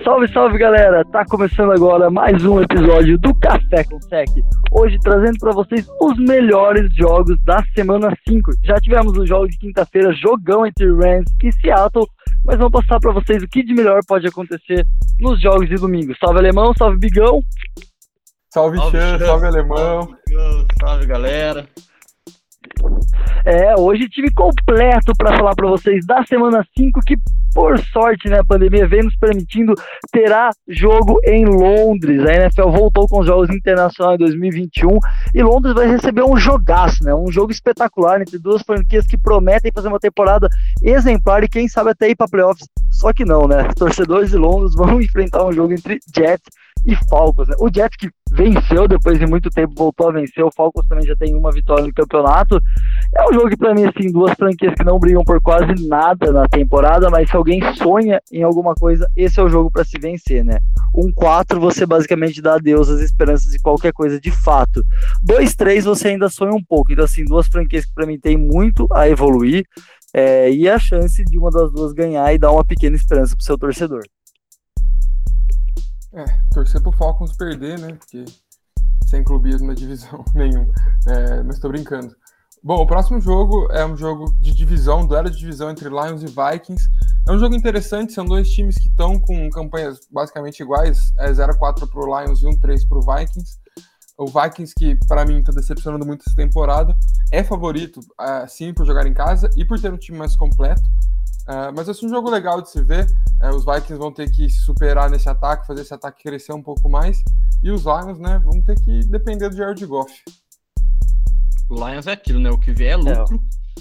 Salve, salve galera! Tá começando agora mais um episódio do Café com Sec. Hoje trazendo pra vocês os melhores jogos da semana 5. Já tivemos o jogo de quinta-feira, jogão entre Rams e Seattle, mas vamos passar pra vocês o que de melhor pode acontecer nos jogos de domingo. Salve Alemão, salve Bigão! Salve Chan, salve Alemão! Salve galera! Hoje time completo para falar para vocês da semana 5, que por sorte, né, a pandemia vem nos permitindo, terá jogo em Londres. A NFL voltou com os jogos internacionais em 2021 e Londres vai receber um jogaço, né, um jogo espetacular entre duas franquias que prometem fazer uma temporada exemplar e quem sabe até ir para playoffs. Só que não, né, torcedores de Londres vão enfrentar um jogo entre Jets e Falcons, né? O Jets que venceu depois de muito tempo, voltou a vencer. O Falcons também já tem uma vitória no campeonato. É um jogo que pra mim, assim, duas franquias que não brigam por quase nada na temporada, mas se alguém sonha em alguma coisa, esse é o jogo pra se vencer, né? 1-4 você basicamente dá adeus às esperanças de qualquer coisa de fato. 2-3 você ainda sonha um pouco. Então, assim, duas franquias que pra mim tem muito a evoluir, e a chance de uma das duas ganhar e dar uma pequena esperança pro seu torcedor. Torcer pro Falcons perder, né? Porque sem clubismo na divisão nenhum. Mas tô brincando. Bom, o próximo jogo é um jogo de divisão, duelo de divisão entre Lions e Vikings. É um jogo interessante, são dois times que estão com campanhas basicamente iguais. 0-4 pro Lions e 1-3 pro Vikings. O Vikings, que para mim tá decepcionando muito essa temporada, é favorito, sim, por jogar em casa e por ter um time mais completo. Mas é um jogo legal de se ver. Os Vikings vão ter que se superar nesse ataque, fazer esse ataque crescer um pouco mais. E os Lions, né, vão ter que depender do Jared Goff. O Lions é aquilo, né? O que vier é lucro.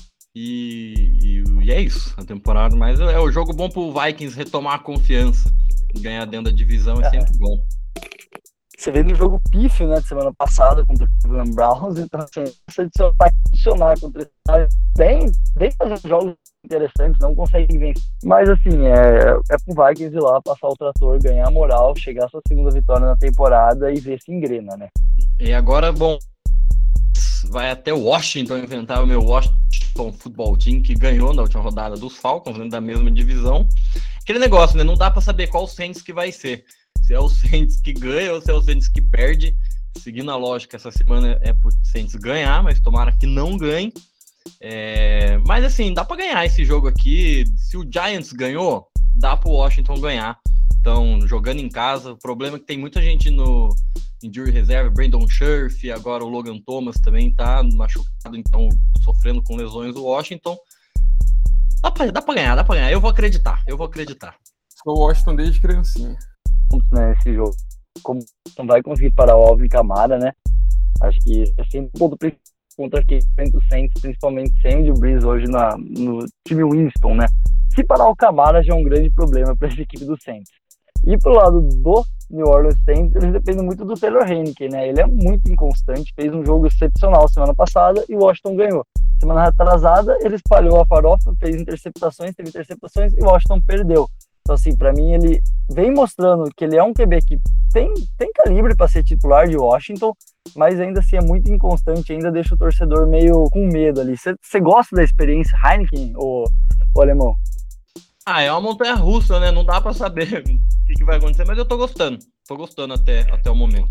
E é isso, a temporada. Mas é o jogo bom pro Vikings retomar a confiança. Ganhar dentro da divisão é sempre bom. Você vê no jogo pífio, né, de semana passada contra o Cleveland Browns, então assim, essa edição vai funcionar contra bem fazer jogos interessantes, não consegue vencer. Mas assim, é pro Vikings ir lá, passar o trator, ganhar moral, chegar à sua segunda vitória na temporada e ver se engrena, né? E agora, bom, vai até Washington enfrentar o meu Washington Football Team, que ganhou na última rodada dos Falcons, né, da mesma divisão. Aquele negócio, né, não dá pra saber qual Saints que vai ser. Se é o Saints que ganha ou se é o Saints que perde. Seguindo a lógica, essa semana é pro Saints ganhar, mas tomara que não ganhe. Mas assim, dá pra ganhar esse jogo aqui. Se o Giants ganhou, dá pro Washington ganhar. Então, jogando em casa, o problema é que tem muita gente no injury reserve, Brandon Scherf, agora o Logan Thomas também tá machucado, então sofrendo com lesões. O Washington dá pra ganhar. Eu vou acreditar. Sou o Washington desde criancinha. Né, esse jogo, como não vai conseguir parar o Alvin Kamara, né? Acho que é sempre um ponto contra quem enfrenta o Saints, principalmente sem o Drew Brees hoje no time Winston, né? Se parar o Kamara já é um grande problema para essa equipe do Saints. E pro lado do New Orleans Saints, eles dependem muito do Taylor Heinicke, né? Ele é muito inconstante, fez um jogo excepcional semana passada e o Washington ganhou. Semana atrasada, ele espalhou a farofa, teve interceptações e o Washington perdeu. Então, assim, pra mim, ele vem mostrando que ele é um QB que tem calibre para ser titular de Washington, mas ainda assim é muito inconstante, ainda deixa o torcedor meio com medo ali. Você gosta da experiência Heinicke, o Alemão? É uma montanha russa, né? Não dá pra saber o que vai acontecer, mas eu tô gostando. Tô gostando até o momento.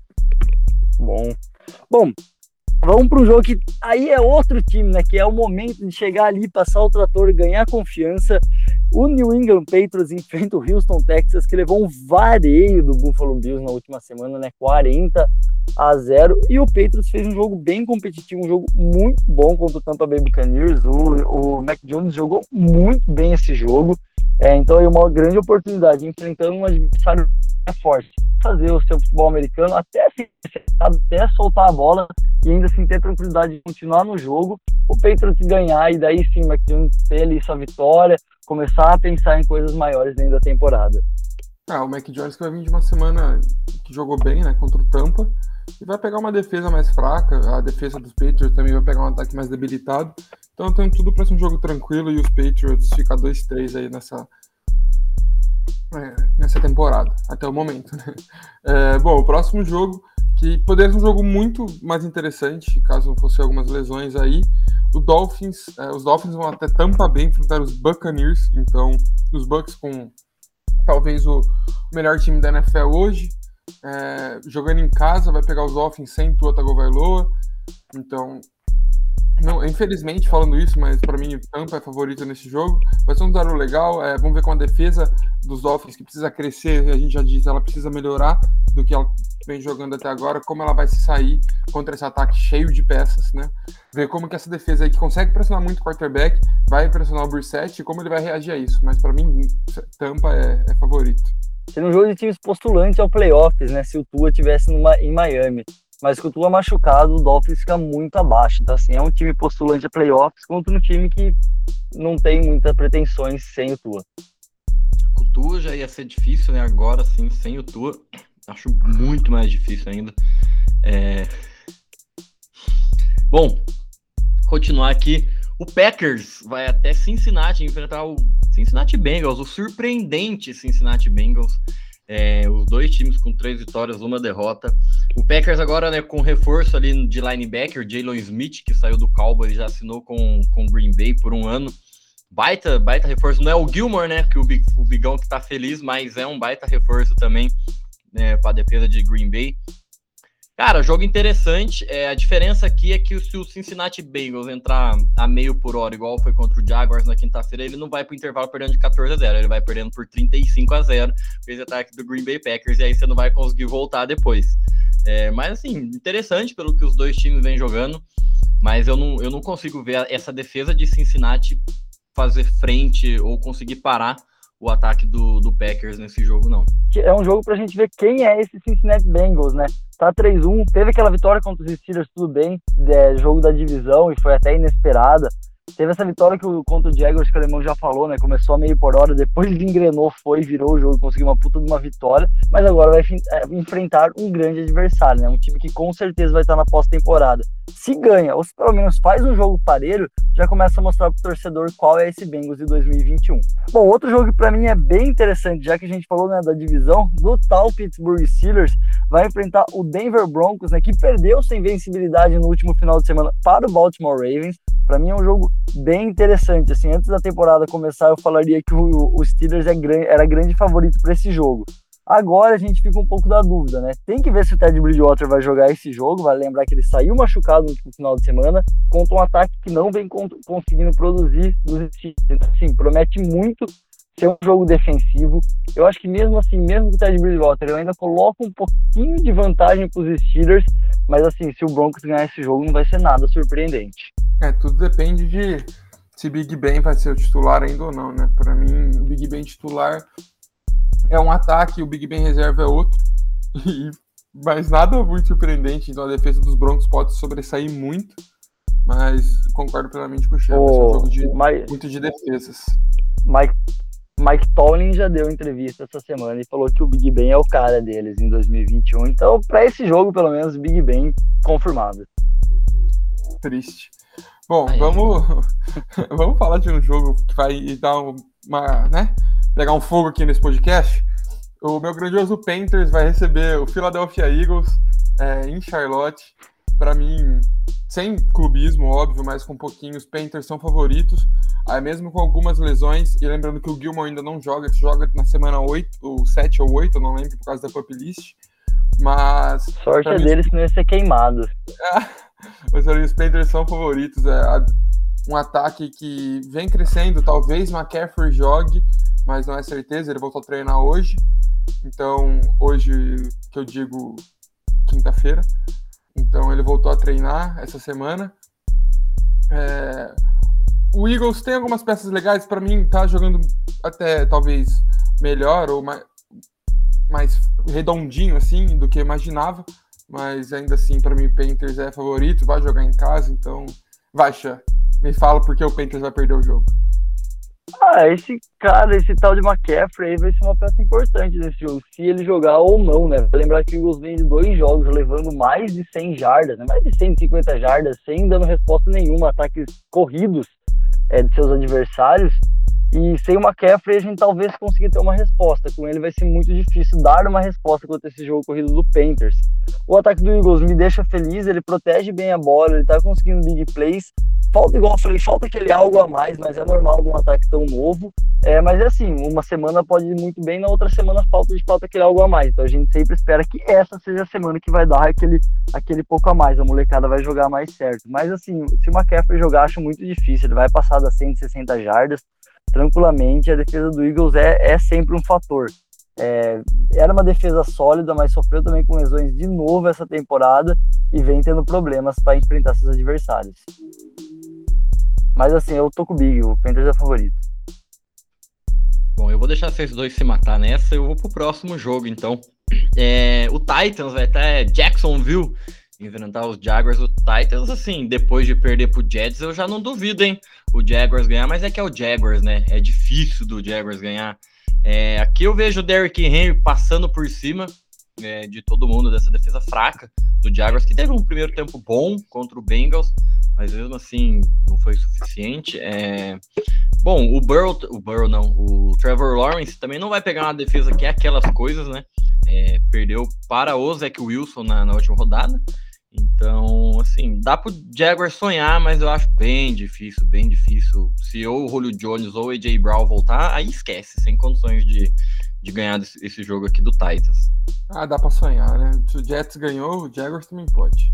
Bom, vamos para um jogo que aí é outro time, né? Que é o momento de chegar ali, passar o trator, ganhar confiança. O New England Patriots enfrenta o Houston Texans, que levou um vareio do Buffalo Bills na última semana, né? 40-0. E o Patriots fez um jogo bem competitivo, um jogo muito bom contra o Tampa Bay Buccaneers. O Mac Jones jogou muito bem esse jogo. Então é uma grande oportunidade, enfrentando um adversário forte. Fazer o seu futebol americano até soltar a bola e ainda assim ter tranquilidade de continuar no jogo, o Patriots ganhar e daí sim o Mac Jones ter ali sua vitória, começar a pensar em coisas maiores dentro da temporada. O Mac Jones que vai vir de uma semana que jogou bem, né, contra o Tampa, e vai pegar uma defesa mais fraca, a defesa dos Patriots também vai pegar um ataque mais debilitado, então tem tudo para ser um jogo tranquilo e os Patriots ficar 2-3 aí nessa temporada, até o momento, né? Bom, o próximo jogo, que poderia ser um jogo muito mais interessante, caso não fosse algumas lesões aí, os Dolphins vão até Tampa Bay enfrentar os Buccaneers, então os Bucs com talvez o melhor time da NFL hoje. Jogando em casa, vai pegar os Dolphins sem Tua Tagovailoa. Então, não, infelizmente falando isso, mas para mim o Tampa é favorito nesse jogo. Vai ser um duelo legal. Vamos ver com a defesa dos Dolphins, que precisa crescer. A gente já disse, ela precisa melhorar do que ela vem jogando até agora. Como ela vai se sair contra esse ataque cheio de peças, né? Ver como que essa defesa aí, que consegue pressionar muito o quarterback, vai pressionar o Brissett e como ele vai reagir a isso. Mas para mim, Tampa é favorito. Seria um jogo de times postulantes ao playoffs, né? Se o Tua estivesse em Miami. Mas com o Tua machucado, o Dolphins fica muito abaixo. Então, assim, é um time postulante a playoffs contra um time que não tem muitas pretensões sem o Tua. Com o Tua já ia ser difícil, né? Agora, sim, sem o Tua, acho muito mais difícil ainda. Bom, continuar aqui. O Packers vai até Cincinnati enfrentar o Cincinnati Bengals, o surpreendente Cincinnati Bengals. Os dois times com 3 vitórias, 1 derrota. O Packers agora, né, com reforço ali de linebacker, Jalen Smith, que saiu do Cowboys, já assinou com Green Bay por 1 ano. Baita reforço. Não é o Gilmore, né, que o Bigão que tá feliz, mas é um baita reforço também, né, para a defesa de Green Bay. Cara, jogo interessante. A diferença aqui é que se o Cincinnati Bengals entrar a meio por hora, igual foi contra o Jaguars na quinta-feira, ele não vai pro intervalo perdendo de 14-0, ele vai perdendo por 35-0, fez ataque do Green Bay Packers, e aí você não vai conseguir voltar depois. Mas assim, interessante pelo que os dois times vêm jogando, mas eu não consigo ver essa defesa de Cincinnati fazer frente ou conseguir parar o ataque do Packers nesse jogo, não. É um jogo pra gente ver quem é esse Cincinnati Bengals, né? Tá 3-1, teve aquela vitória contra os Steelers, tudo bem, jogo da divisão e foi até inesperada. Teve essa vitória contra o Jaguars, que o Alemão já falou, né? Começou a meio por hora, depois engrenou, virou o jogo, conseguiu uma puta de uma vitória, mas agora vai enfrentar um grande adversário, né? Um time que com certeza vai estar na pós-temporada. Se ganha, ou se pelo menos faz um jogo parelho, já começa a mostrar pro torcedor qual é esse Bengals de 2021. Bom, outro jogo que pra mim é bem interessante, já que a gente falou, né, da divisão, do tal Pittsburgh Steelers, vai enfrentar o Denver Broncos, né, que perdeu sua invencibilidade no último final de semana para o Baltimore Ravens. Pra mim é um jogo bem interessante, assim, antes da temporada começar eu falaria que o Steelers era grande favorito para esse jogo. Agora a gente fica um pouco da dúvida, né? Tem que ver se o Teddy Bridgewater vai jogar esse jogo, vale lembrar que ele saiu machucado no último final de semana, contra um ataque que não vem conseguindo produzir dos Steelers. Então, assim, promete muito ser um jogo defensivo. Eu acho que mesmo assim, mesmo com o Teddy Bridgewater, eu ainda coloco um pouquinho de vantagem para os Steelers, mas assim, se o Broncos ganhar esse jogo não vai ser nada surpreendente. Tudo depende de se Big Ben vai ser o titular ainda ou não, né? Para mim, o Big Ben titular é um ataque, o Big Ben reserva é outro. Mas nada muito surpreendente, então a defesa dos Broncos pode sobressair muito, mas concordo plenamente com o Chef, é um jogo muito de defesas. Mike Tomlin já deu entrevista essa semana e falou que o Big Ben é o cara deles em 2021, então para esse jogo, pelo menos, Big Ben confirmado. Triste. Bom, vamos falar de um jogo que vai dar pegar um fogo aqui nesse podcast. O meu grandioso Panthers vai receber o Philadelphia Eagles em Charlotte. Para mim, sem clubismo, óbvio, mas com um pouquinho, os Panthers são favoritos, mesmo com algumas lesões. E lembrando que o Gilmore ainda não joga, joga na semana 8, ou 7 ou 8, eu não lembro, por causa da pup list. Mas sorte é deles que não ia ser queimado. Os Panthers são favoritos. Um ataque que vem crescendo. Talvez McCaffrey jogue, mas não é certeza. Ele voltou a treinar hoje. Então, hoje, que eu digo quinta-feira. Então, ele voltou a treinar essa semana. O Eagles tem algumas peças legais. Para mim, tá jogando até talvez melhor ou mais redondinho assim do que eu imaginava, mas ainda assim para mim o Panthers é favorito, vai jogar em casa, então vai, Xan, me fala porque o Panthers vai perder o jogo. Esse tal de McCaffrey aí vai ser uma peça importante nesse jogo, se ele jogar ou não, né? Vai lembrar que o Eagles vem de 2 jogos levando mais de 100 jardas, né? Mais de 150 jardas, sem dando resposta nenhuma, ataques corridos de seus adversários. E sem o McCaffrey a gente talvez consiga ter uma resposta. Com ele vai ser muito difícil dar uma resposta contra esse jogo corrido do Panthers. O ataque do Eagles me deixa feliz, ele protege bem a bola, ele tá conseguindo big plays. falta, igual eu falei, falta aquele algo a mais, mas é normal de um ataque tão novo. Mas é assim, uma semana pode ir muito bem, na outra semana falta aquele algo a mais. Então a gente sempre espera que essa seja a semana que vai dar aquele pouco a mais, a molecada vai jogar mais certo. Mas assim, se o McCaffrey jogar, acho muito difícil, ele vai passar das 160 jardas tranquilamente. A defesa do Eagles é sempre um fator. Era uma defesa sólida, mas sofreu também com lesões de novo essa temporada e vem tendo problemas para enfrentar seus adversários. Mas assim, eu tô com o Big, o Panthers é favorito. Bom, eu vou deixar vocês dois se matar nessa, eu vou pro próximo jogo, então. O Titans vai até Jacksonville enfrentar os Jaguars. O Titans, assim, depois de perder pro Jets, eu já não duvido, hein? O Jaguars ganhar, mas é que é o Jaguars, né? É difícil do Jaguars ganhar. Aqui eu vejo o Derrick Henry passando por cima de todo mundo dessa defesa fraca do Jaguars, que teve um primeiro tempo bom contra o Bengals, mas mesmo assim não foi suficiente. Bom, o Trevor Lawrence também não vai pegar uma defesa que é aquelas coisas, né? Perdeu para o Zach Wilson na última rodada. Então, assim, dá pro Jaguars sonhar, mas eu acho bem difícil, bem difícil. Se ou o Julio Jones ou o A.J. Brown voltar, aí esquece, sem condições de ganhar esse jogo aqui do Titans. Dá pra sonhar, né? Se o Jets ganhou, o Jaguars também pode.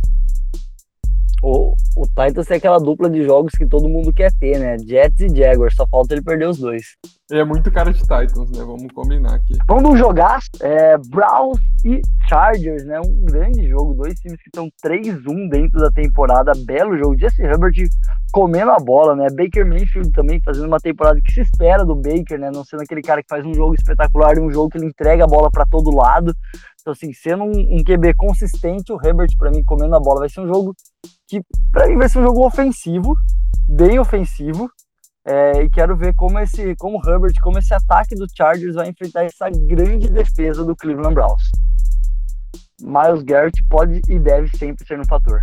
O Titans tem aquela dupla de jogos que todo mundo quer ter, né? Jets e Jaguars, só falta ele perder os dois. É muito cara de Titans, né? Vamos combinar aqui. Vamos jogar Browns e Chargers, né? Um grande jogo, dois times que estão 3-1 dentro da temporada, belo jogo. Jesse Herbert comendo a bola, né? Baker Mayfield também fazendo uma temporada que se espera do Baker, né? Não sendo aquele cara que faz um jogo espetacular e um jogo que ele entrega a bola para todo lado. Então, assim, sendo um QB consistente, o Herbert, para mim, comendo a bola, vai ser um jogo que, para mim, vai ser um jogo ofensivo, bem ofensivo. E quero ver como o Herbert, como esse ataque do Chargers vai enfrentar essa grande defesa do Cleveland Browns. Myles Garrett pode e deve sempre ser um fator.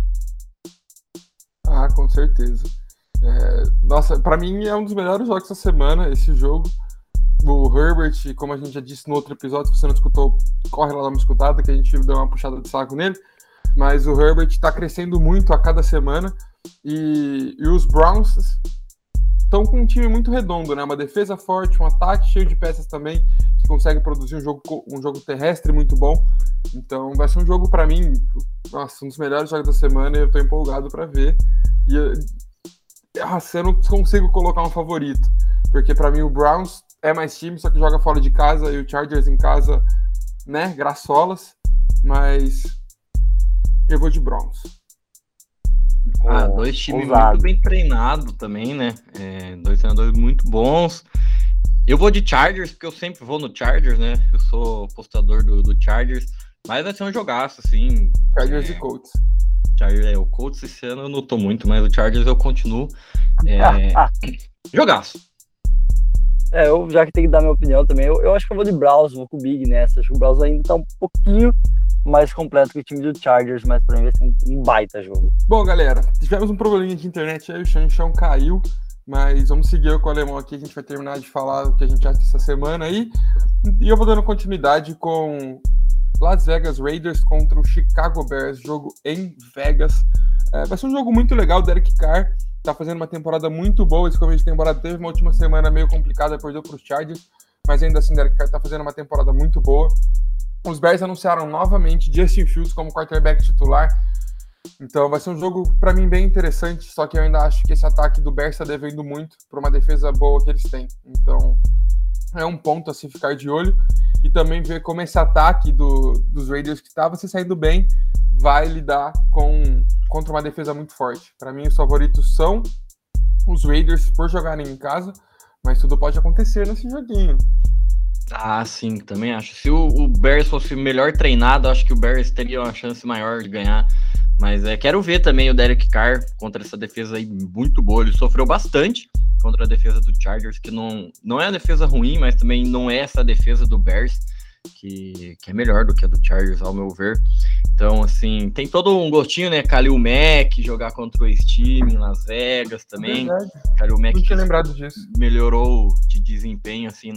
Com certeza. Nossa, pra mim é um dos melhores jogos da semana, esse jogo. O Herbert, como a gente já disse no outro episódio, se você não escutou, corre lá dar uma escutada, que a gente deu uma puxada de saco nele. Mas o Herbert tá crescendo muito a cada semana. E os Browns estão com um time muito redondo, né? Uma defesa forte, um ataque cheio de peças também, que consegue produzir um jogo terrestre muito bom. Então vai ser um jogo, pra mim, um dos melhores jogos da semana, e eu tô empolgado pra ver. E eu não consigo colocar um favorito, porque pra mim o Browns é mais time, só que joga fora de casa, e o Chargers em casa, né, graçolas, mas eu vou de Browns. Dois times muito bem treinados também, né? Dois treinadores muito bons. Eu vou de Chargers, porque eu sempre vou no Chargers, né? Eu sou apostador do Chargers, mas vai ser um jogaço, assim. Chargers e Colts. O Colts esse ano eu não tô muito, mas o Chargers eu continuo. Jogaço. Eu já que tenho que dar minha opinião também, eu acho que eu vou de Browns, vou com o Big nessa. Acho que o Browns ainda tá um pouquinho mais completo que o time do Chargers, mas pra mim vai ser um baita jogo. Bom, galera, tivemos um probleminha de internet aí, o Chanchão caiu, mas vamos seguir com o alemão aqui, a gente vai terminar de falar o que a gente acha dessa semana aí, e eu vou dando continuidade com Las Vegas Raiders contra o Chicago Bears, jogo em Vegas. Vai ser um jogo muito legal, o Derek Carr tá fazendo uma temporada muito boa, esse começo de temporada teve uma última semana meio complicada, perdeu para os Chargers, mas ainda assim o Derek Carr tá fazendo uma temporada muito boa. Os Bears anunciaram novamente Justin Fields como quarterback titular, então vai ser um jogo para mim bem interessante, só que eu ainda acho que esse ataque do Bears está devendo muito para uma defesa boa que eles têm, então é um ponto a se ficar de olho, e também ver como esse ataque dos Raiders, que estava se saindo bem, vai lidar contra uma defesa muito forte. Para mim os favoritos são os Raiders por jogarem em casa, mas tudo pode acontecer nesse joguinho. Sim, também acho. Se o Bears fosse melhor treinado, acho que o Bears teria uma chance maior de ganhar. Mas quero ver também o Derek Carr contra essa defesa aí muito boa. Ele sofreu bastante contra a defesa do Chargers, que não é uma defesa ruim, mas também não é essa defesa do Bears, que é melhor do que a do Chargers, ao meu ver. Então, assim, tem todo um gostinho, né? Khalil Mack jogar contra esse time em Las Vegas também. Verdade. Khalil Mack não tinha lembrado disso. Melhorou de desempenho, assim,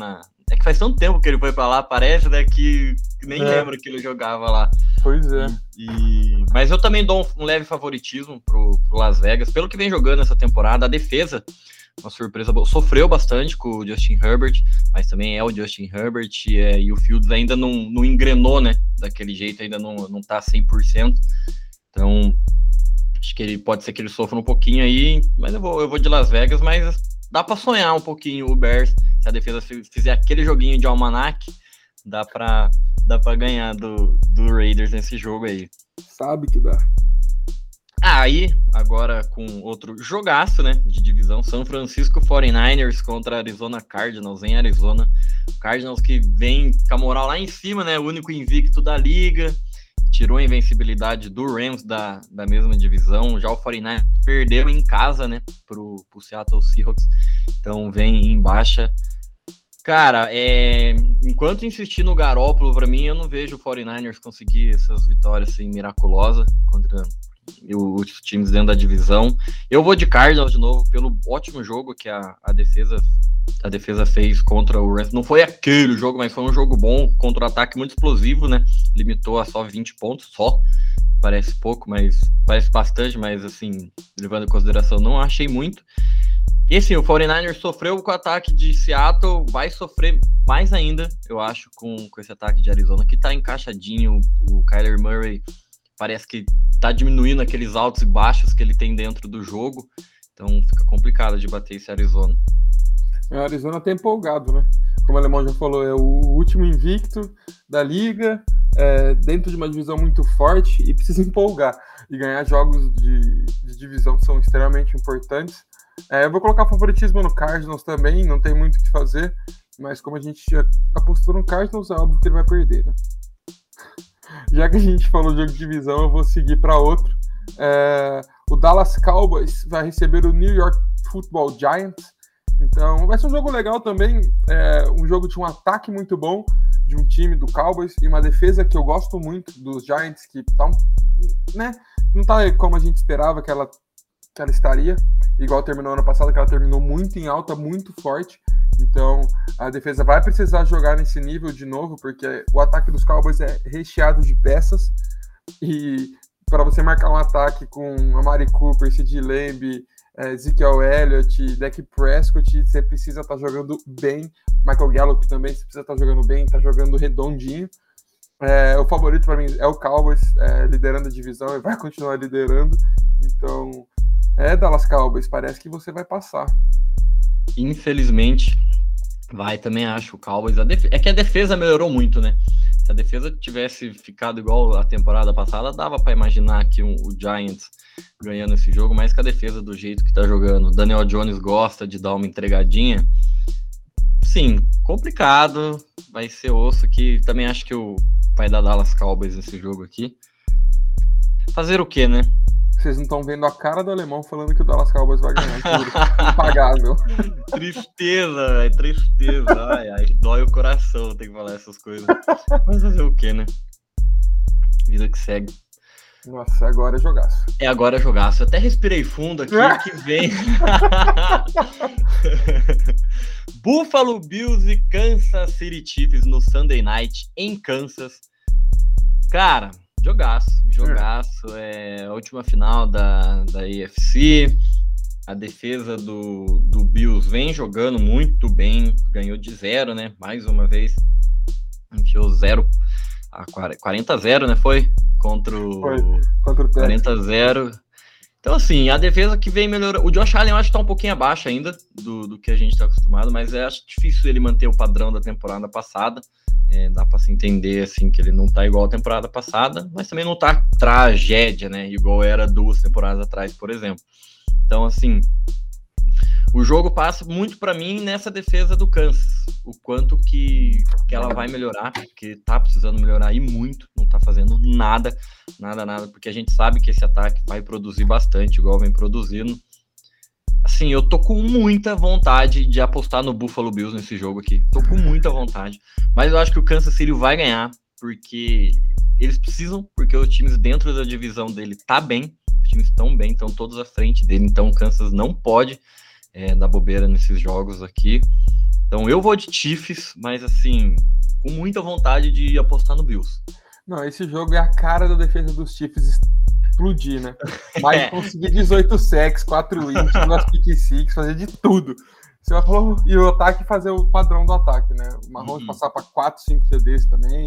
É que faz tanto tempo que ele foi pra lá, parece, né, que nem lembro que ele jogava lá. Pois é. Mas eu também dou um leve favoritismo pro Las Vegas. Pelo que vem jogando essa temporada, a defesa, uma surpresa boa, sofreu bastante com o Justin Herbert, mas também é o Justin Herbert, e o Fields ainda não engrenou, né, daquele jeito, ainda não tá 100%. Então, acho que ele pode ser que ele sofra um pouquinho aí, mas eu vou de Las Vegas, mas dá pra sonhar um pouquinho o Bears. Se a defesa fizer aquele joguinho de almanac, dá pra ganhar do Raiders nesse jogo aí. Sabe que dá. Aí, agora com outro jogaço, né, de divisão, São Francisco 49ers contra Arizona Cardinals, em Arizona. Cardinals que vem com a moral lá em cima, né, o único invicto da liga, tirou a invencibilidade do Rams da mesma divisão. Já o 49ers perdeu em casa, né, pro Seattle Seahawks, então vem em baixa. Cara, enquanto insistir no Garoppolo, pra mim, eu não vejo o 49ers conseguir essas vitórias assim, miraculosas contra os times dentro da divisão. Eu vou de Cardinals de novo, pelo ótimo jogo que a defesa fez contra o Rams. Não foi aquele jogo, mas foi um jogo bom, contra o ataque muito explosivo, né? Limitou a só 20 pontos, só. Parece pouco, mas parece bastante, mas assim, levando em consideração, não achei muito. E assim, o 49ers sofreu com o ataque de Seattle, vai sofrer mais ainda, eu acho, com esse ataque de Arizona, que tá encaixadinho. O Kyler Murray parece que tá diminuindo aqueles altos e baixos que ele tem dentro do jogo, então fica complicado de bater esse Arizona. O Arizona tá empolgado, né? Como o Alemão já falou, é o último invicto da liga, dentro de uma divisão muito forte, e precisa empolgar e ganhar jogos de divisão que são extremamente importantes. Eu vou colocar favoritismo no Cardinals também, não tem muito o que fazer, mas como a gente já apostou no Cardinals, é óbvio que ele vai perder, né? Já que a gente falou de jogo de divisão, eu vou seguir para outro. O Dallas Cowboys vai receber o New York Football Giants, então vai ser um jogo legal também, um jogo de um ataque muito bom de um time do Cowboys e uma defesa que eu gosto muito dos Giants, que tá, né, não tá como a gente esperava que ela estaria, igual terminou ano passado, que ela terminou muito em alta, muito forte. Então a defesa vai precisar jogar nesse nível de novo, porque o ataque dos Cowboys é recheado de peças, e para você marcar um ataque com Amari Cooper, CeeDee Lamb, Ezekiel Elliott, Dak Prescott, você precisa estar jogando bem. Michael Gallup também, você precisa estar jogando bem, tá jogando redondinho. O favorito para mim é o Cowboys, liderando a divisão, e vai continuar liderando. Então, Dallas Cowboys, parece que você vai passar. Infelizmente, vai, também acho o Cowboys. É que a defesa melhorou muito, né? Se a defesa tivesse ficado igual a temporada passada, dava para imaginar que o Giants ganhando esse jogo, mas com a defesa do jeito que tá jogando, Daniel Jones gosta de dar uma entregadinha. Sim, complicado, vai ser osso aqui. Também acho que vai dar Dallas Cowboys nesse jogo aqui. Fazer o quê, né? Vocês não estão vendo a cara do Alemão falando que o Dallas Cowboys vai ganhar. Impagável. Tristeza, velho, tristeza. Ai, dói o coração ter que falar essas coisas. Mas fazer o quê, né? Vida que segue. Nossa, agora é jogaço. Agora é jogaço. Eu até respirei fundo aqui, que vem. Buffalo Bills e Kansas City Chiefs no Sunday Night em Kansas. Cara, jogaço. É a última final da AFC. A defesa do Bills vem jogando muito bem. Ganhou de 0, né? Mais uma vez. Enfiou 40-0, né? Foi? Contra o 40-0. Então, assim, a defesa que vem melhorando. O Josh Allen eu acho que tá um pouquinho abaixo ainda do que a gente tá acostumado, mas eu acho difícil ele manter o padrão da temporada passada. Dá pra se entender, assim, que ele não tá igual a temporada passada, mas também não tá tragédia, né? Igual era 2 temporadas atrás, por exemplo. Então, assim, o jogo passa muito pra mim nessa defesa do Kansas. O quanto que ela vai melhorar, porque tá precisando melhorar e muito, não tá fazendo nada, porque a gente sabe que esse ataque vai produzir bastante, igual vem produzindo. Assim, eu tô com muita vontade de apostar no Buffalo Bills nesse jogo aqui. Tô com muita vontade. Mas eu acho que o Kansas City vai ganhar, porque eles precisam, porque os times dentro da divisão dele tá bem, os times estão bem, estão todos à frente dele, então o Kansas não pode dar bobeira nesses jogos aqui. Então eu vou de Chiefs, mas assim, com muita vontade de apostar no Bills. Não, esse jogo é a cara da defesa dos Chiefs explodir, né? Mas conseguir 18 sacks, 4 wins, 2 pick six, fazer de tudo. Você falou, e o ataque fazer o padrão do ataque, né? O Mahomes passar para 4, 5 TDs também.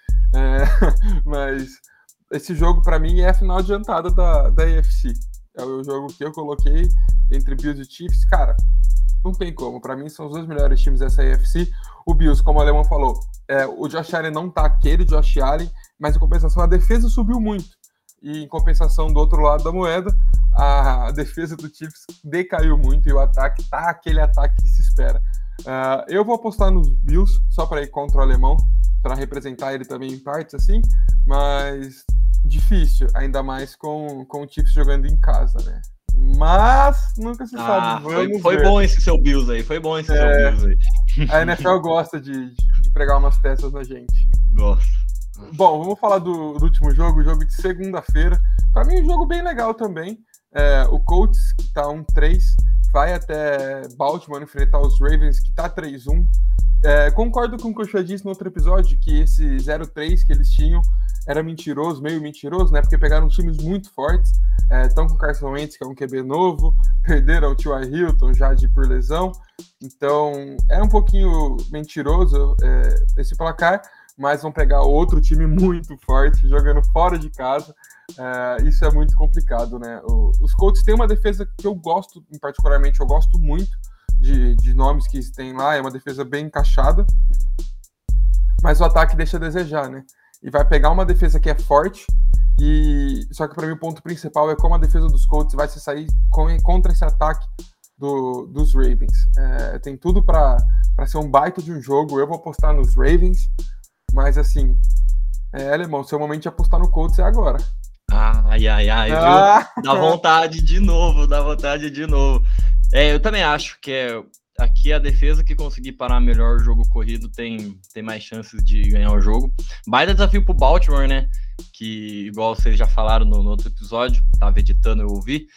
Mas esse jogo, para mim, é a final adiantada da AFC. É o jogo que eu coloquei entre Bills e Chiefs. Cara, não tem como. Para mim, são os 2 melhores times dessa AFC. O Bills, como o Alemão falou, o Josh Allen não tá aquele Josh Allen, mas em compensação a defesa subiu muito. E em compensação, do outro lado da moeda, a defesa do Chiefs decaiu muito e o ataque tá aquele ataque que se espera. Eu vou apostar nos Bills, só para ir contra o Alemão, para representar ele também em partes, assim, mas difícil, ainda mais com o Chiefs jogando em casa, né? Mas nunca se sabe. Foi bom esse seu Bills aí, seu Bills aí. A NFL gosta de pregar umas peças na gente. Gosta. Bom, vamos falar do último jogo, o jogo de segunda-feira. Para mim, um jogo bem legal também. O Colts, que tá 1-3, vai até Baltimore enfrentar os Ravens, que tá 3-1. Concordo com o que eu já disse no outro episódio, que esse 0-3 que eles tinham era mentiroso, meio mentiroso, né? Porque pegaram times muito fortes. Estão com o Carson Wentz, que é um QB novo, perderam o T.Y. Hilton já por lesão. Então, é um pouquinho mentiroso esse placar, mas vão pegar outro time muito forte, jogando fora de casa. Isso é muito complicado, né? Os Colts têm uma defesa que eu gosto, particularmente, eu gosto muito de nomes que tem lá, é uma defesa bem encaixada, mas o ataque deixa a desejar, né? E vai pegar uma defesa que é forte, só que para mim o ponto principal é como a defesa dos Colts vai se sair contra esse ataque dos Ravens. Tem tudo para ser um baita de um jogo. Eu vou apostar nos Ravens, mas assim, Alemão, seu momento de apostar no Colts é agora. Viu? Dá vontade de novo. Eu também acho que aqui a defesa que conseguir parar melhor o jogo corrido tem mais chances de ganhar o jogo. Baita desafio pro Baltimore, né? Que, igual vocês já falaram no outro episódio, tava editando, eu ouvi.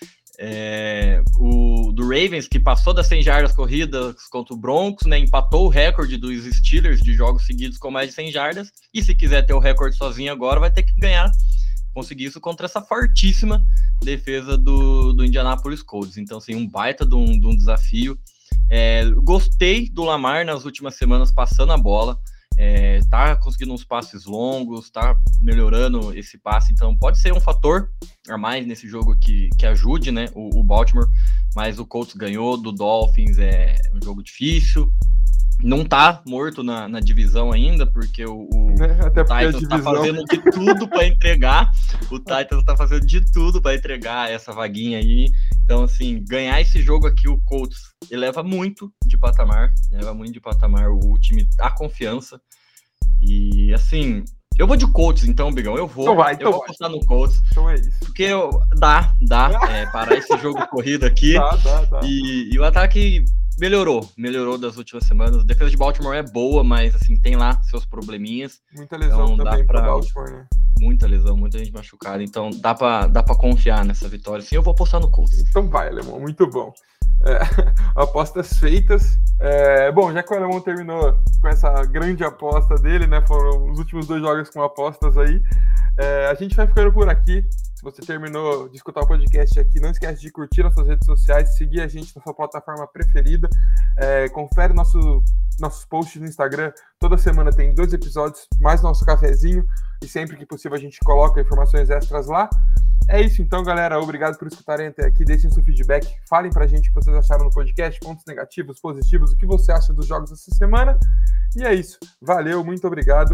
O do Ravens, que passou das 100 jardas corridas contra o Broncos, né? Empatou o recorde dos Steelers de jogos seguidos com mais de 100 jardas. E se quiser ter o recorde sozinho agora, vai ter que conseguir isso contra essa fortíssima defesa do Indianapolis Colts. Então, assim, um baita de um desafio. Gostei do Lamar nas últimas semanas passando a bola, tá conseguindo uns passes longos, tá melhorando esse passe, então pode ser um fator a mais nesse jogo que ajude, né, o Baltimore, mas o Colts ganhou do Dolphins, é um jogo difícil, não tá morto na divisão ainda, porque o Titans tá fazendo de tudo para entregar. O Titans tá fazendo de tudo para entregar essa vaguinha aí. Então, assim, ganhar esse jogo aqui, o Colts eleva muito de patamar. O time dá confiança. E, assim, eu vou de Colts, então, Bigão. Eu vou apostar no Colts. Então é isso. Porque dá parar esse jogo corrido aqui. Dá. E o ataque melhorou das últimas semanas. A defesa de Baltimore é boa, mas assim, tem lá seus probleminhas. Muita lesão então, também para Baltimore, né? Muita lesão, muita gente machucada. Então dá pra confiar nessa vitória. Sim, eu vou apostar no Colts. Então vai, Alemão, muito bom. Apostas feitas. Bom, já que o Alemão terminou com essa grande aposta dele, né? Foram os últimos 2 jogos com apostas aí. A gente vai ficando por aqui. Se você terminou de escutar o podcast aqui, não esquece de curtir nossas redes sociais, seguir a gente na sua plataforma preferida. Confere nossos posts no Instagram. Toda semana tem 2 episódios, mais nosso cafezinho. E sempre que possível a gente coloca informações extras lá. É isso então, galera. Obrigado por escutarem até aqui. Deixem seu feedback. Falem pra gente o que vocês acharam no podcast. Pontos negativos, positivos. O que você acha dos jogos dessa semana. E é isso. Valeu, muito obrigado.